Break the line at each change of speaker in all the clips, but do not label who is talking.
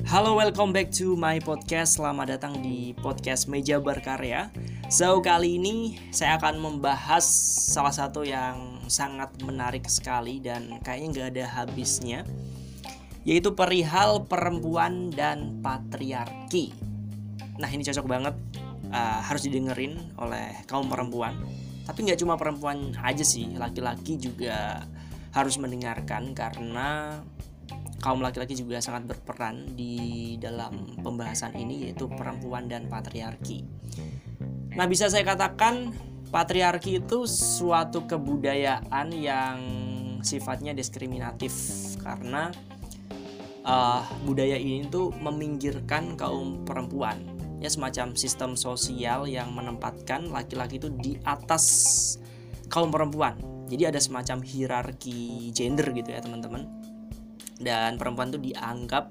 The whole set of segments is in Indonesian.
Halo, welcome back to my podcast. Selamat datang di podcast Meja Berkarya. So, kali ini saya akan membahas salah satu yang sangat menarik sekali dan kayaknya gak ada habisnya, yaitu perihal perempuan dan patriarki. Nah, ini cocok banget, harus didengerin oleh kaum perempuan. Tapi gak cuma perempuan aja sih, laki-laki juga harus mendengarkan karena kaum laki-laki juga sangat berperan di dalam pembahasan ini, yaitu perempuan dan patriarki. Nah, bisa saya katakan patriarki itu suatu kebudayaan yang sifatnya diskriminatif karena budaya ini tuh meminggirkan kaum perempuan. Ya, semacam sistem sosial yang menempatkan laki-laki itu di atas kaum perempuan. Jadi ada semacam hierarki gender gitu ya teman-teman. Dan perempuan itu dianggap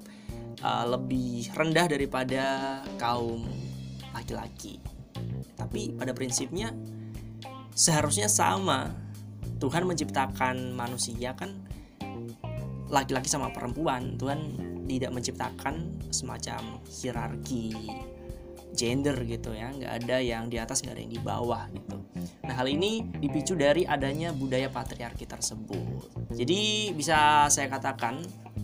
lebih rendah daripada kaum laki-laki. Tapi pada prinsipnya seharusnya sama. Tuhan menciptakan manusia kan laki-laki sama perempuan. Tuhan tidak menciptakan semacam hierarki gender gitu ya. Nggak ada yang di atas, nggak ada yang di bawah gitu. Nah, hal ini dipicu dari adanya budaya patriarki tersebut. Jadi bisa saya katakan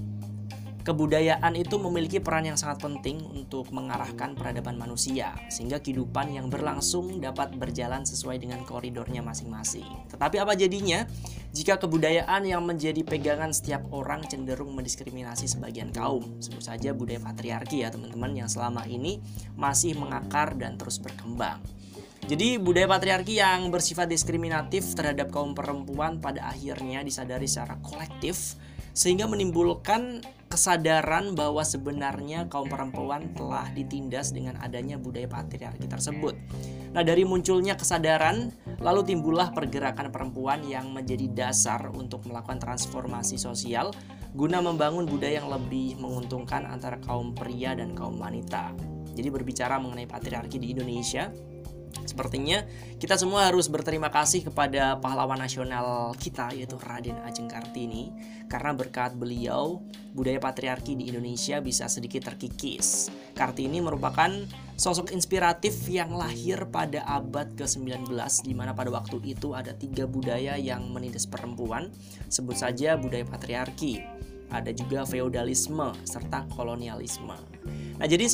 kebudayaan itu memiliki peran yang sangat penting untuk mengarahkan peradaban manusia sehingga kehidupan yang berlangsung dapat berjalan sesuai dengan koridornya masing-masing. Tetapi apa jadinya jika kebudayaan yang menjadi pegangan setiap orang cenderung mendiskriminasi sebagian kaum? Sebut saja budaya patriarki ya teman-teman, yang selama ini masih mengakar dan terus berkembang. Jadi budaya patriarki yang bersifat diskriminatif terhadap kaum perempuan pada akhirnya disadari secara kolektif sehingga menimbulkan kesadaran bahwa sebenarnya kaum perempuan telah ditindas dengan adanya budaya patriarki tersebut. Nah, dari munculnya kesadaran, lalu timbullah pergerakan perempuan yang menjadi dasar untuk melakukan transformasi sosial guna membangun budaya yang lebih menguntungkan antara kaum pria dan kaum wanita. Jadi berbicara mengenai patriarki di Indonesia, sepertinya kita semua harus berterima kasih kepada pahlawan nasional kita, yaitu Raden Ajeng Kartini, karena berkat beliau budaya patriarki di Indonesia bisa sedikit terkikis. Kartini merupakan sosok inspiratif yang lahir pada abad ke-19, di mana pada waktu itu ada 3 budaya yang menindas perempuan. Sebut saja budaya patriarki, ada juga feodalisme serta kolonialisme. Nah, jadi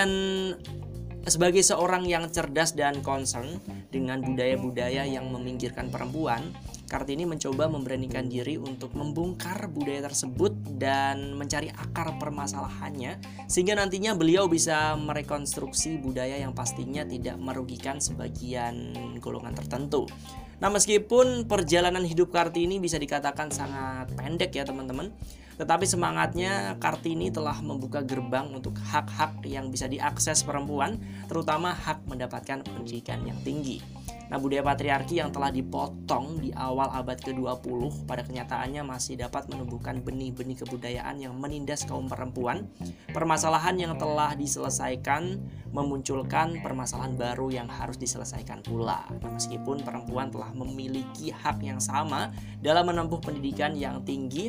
sebagai seorang yang cerdas dan concern dengan budaya-budaya yang meminggirkan perempuan, Kartini mencoba memberanikan diri untuk membongkar budaya tersebut dan mencari akar permasalahannya sehingga nantinya beliau bisa merekonstruksi budaya yang pastinya tidak merugikan sebagian golongan tertentu. Nah, meskipun perjalanan hidup Kartini bisa dikatakan sangat pendek ya teman-teman, tetapi semangatnya Kartini telah membuka gerbang untuk hak-hak yang bisa diakses perempuan, terutama hak mendapatkan pendidikan yang tinggi. Nah, budaya patriarki yang telah dipotong di awal abad ke-20 pada kenyataannya masih dapat menumbuhkan benih-benih kebudayaan yang menindas kaum perempuan. Permasalahan yang telah diselesaikan memunculkan permasalahan baru yang harus diselesaikan pula. Nah, meskipun perempuan telah memiliki hak yang sama dalam menempuh pendidikan yang tinggi,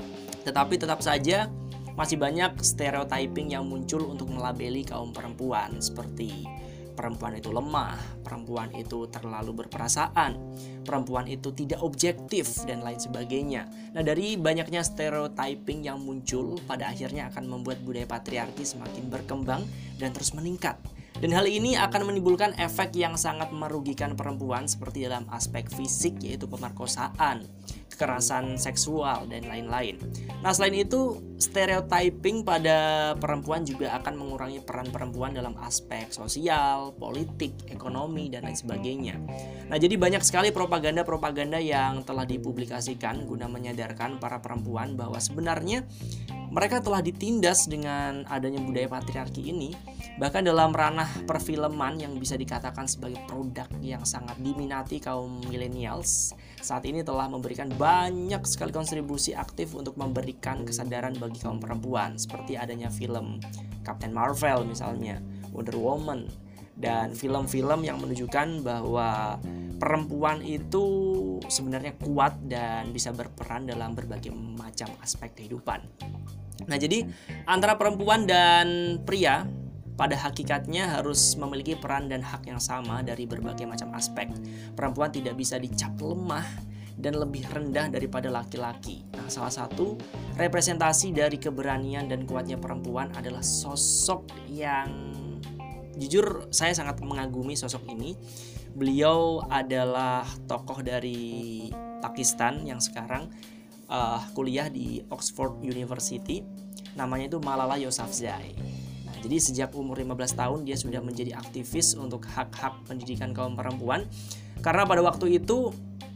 tetapi tetap saja masih banyak stereotyping yang muncul untuk melabeli kaum perempuan, seperti perempuan itu lemah, perempuan itu terlalu berperasaan, perempuan itu tidak objektif, dan lain sebagainya. Nah, dari banyaknya stereotyping yang muncul, pada akhirnya akan membuat budaya patriarki semakin berkembang dan terus meningkat. Dan hal ini akan menimbulkan efek yang sangat merugikan perempuan seperti dalam aspek fisik, yaitu pemerkosaan, kekerasan seksual, dan lain-lain. Nah, selain itu, stereotyping pada perempuan juga akan mengurangi peran perempuan dalam aspek sosial, politik, ekonomi, dan lain sebagainya. Nah, jadi banyak sekali propaganda-propaganda yang telah dipublikasikan guna menyadarkan para perempuan bahwa sebenarnya mereka telah ditindas dengan adanya budaya patriarki ini. Bahkan dalam ranah perfilman yang bisa dikatakan sebagai produk yang sangat diminati kaum millennials, saat ini telah memberikan banyak sekali kontribusi aktif untuk memberikan kesadaran bagi kaum perempuan, seperti adanya film Captain Marvel misalnya, Wonder Woman, dan film-film yang menunjukkan bahwa perempuan itu sebenarnya kuat dan bisa berperan dalam berbagai macam aspek kehidupan. Nah, jadi antara perempuan dan pria pada hakikatnya harus memiliki peran dan hak yang sama dari berbagai macam aspek. Perempuan tidak bisa dicap lemah dan lebih rendah daripada laki-laki. Nah, salah satu representasi dari keberanian dan kuatnya perempuan adalah sosok yang jujur saya sangat mengagumi sosok ini. Beliau adalah tokoh dari Pakistan yang sekarang kuliah di Oxford University. Namanya itu Malala Yousafzai. Nah, jadi sejak umur 15 tahun dia sudah menjadi aktivis untuk hak-hak pendidikan kaum perempuan. Karena pada waktu itu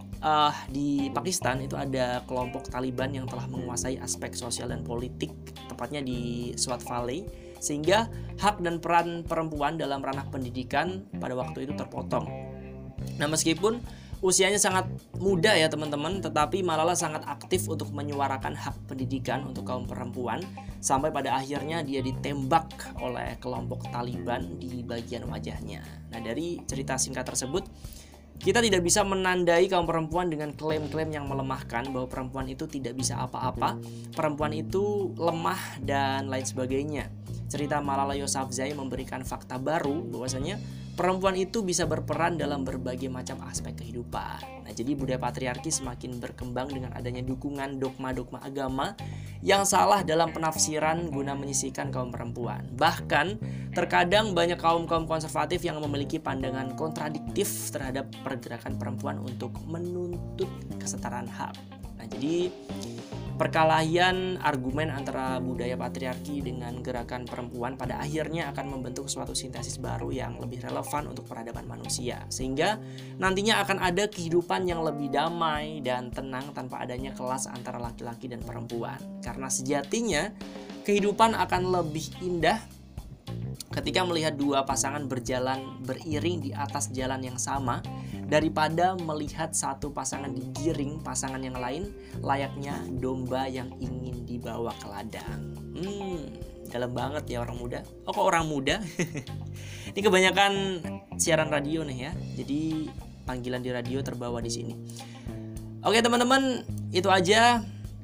di Pakistan itu ada kelompok Taliban yang telah menguasai aspek sosial dan politik, tepatnya di Swat Valley, sehingga hak dan peran perempuan dalam ranah pendidikan pada waktu itu terpotong. Nah, meskipun usianya sangat muda ya teman-teman, tetapi Malala sangat aktif untuk menyuarakan hak pendidikan untuk kaum perempuan, sampai pada akhirnya dia ditembak oleh kelompok Taliban di bagian wajahnya. Nah, dari cerita singkat tersebut kita tidak bisa menandai kaum perempuan dengan klaim-klaim yang melemahkan bahwa perempuan itu tidak bisa apa-apa, perempuan itu lemah dan lain sebagainya. Cerita Malala Yousafzai memberikan fakta baru bahwasanya perempuan itu bisa berperan dalam berbagai macam aspek kehidupan. Nah, jadi budaya patriarki semakin berkembang dengan adanya dukungan dogma-dogma agama yang salah dalam penafsiran guna menyisihkan kaum perempuan. Bahkan terkadang banyak kaum-kaum konservatif yang memiliki pandangan kontradiktif terhadap pergerakan perempuan untuk menuntut kesetaraan hak. Nah, jadi perkelahian argumen antara budaya patriarki dengan gerakan perempuan pada akhirnya akan membentuk suatu sintesis baru yang lebih relevan untuk peradaban manusia, sehingga nantinya akan ada kehidupan yang lebih damai dan tenang tanpa adanya kelas antara laki-laki dan perempuan. Karena sejatinya kehidupan akan lebih indah ketika melihat dua pasangan berjalan beriring di atas jalan yang sama daripada melihat satu pasangan digiring pasangan yang lain layaknya domba yang ingin dibawa ke ladang. Dalam banget ya orang muda. Oh, kok orang muda? Ini kebanyakan siaran radio nih ya. Jadi panggilan di radio terbawa di sini. Oke teman-teman, itu aja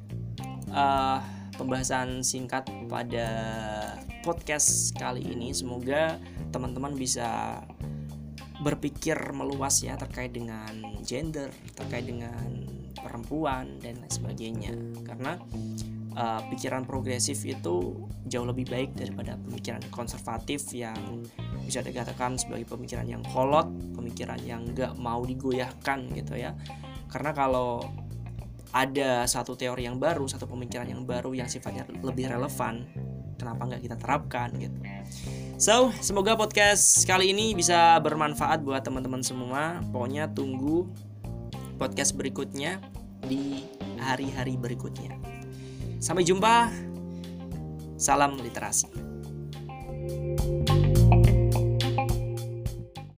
pembahasan singkat pada podcast kali ini. Semoga teman-teman bisa berpikir meluas ya terkait dengan gender, terkait dengan perempuan dan lain sebagainya. Karena pikiran progresif itu jauh lebih baik daripada pemikiran konservatif yang bisa dikatakan sebagai pemikiran yang kolot, pemikiran yang gak mau digoyahkan gitu ya. Karena kalau ada satu teori yang baru, satu pemikiran yang baru yang sifatnya lebih relevan, kenapa nggak kita terapkan gitu. So, semoga podcast kali ini bisa bermanfaat buat teman-teman semua. Pokoknya tunggu podcast berikutnya di hari-hari berikutnya. Sampai jumpa. Salam literasi.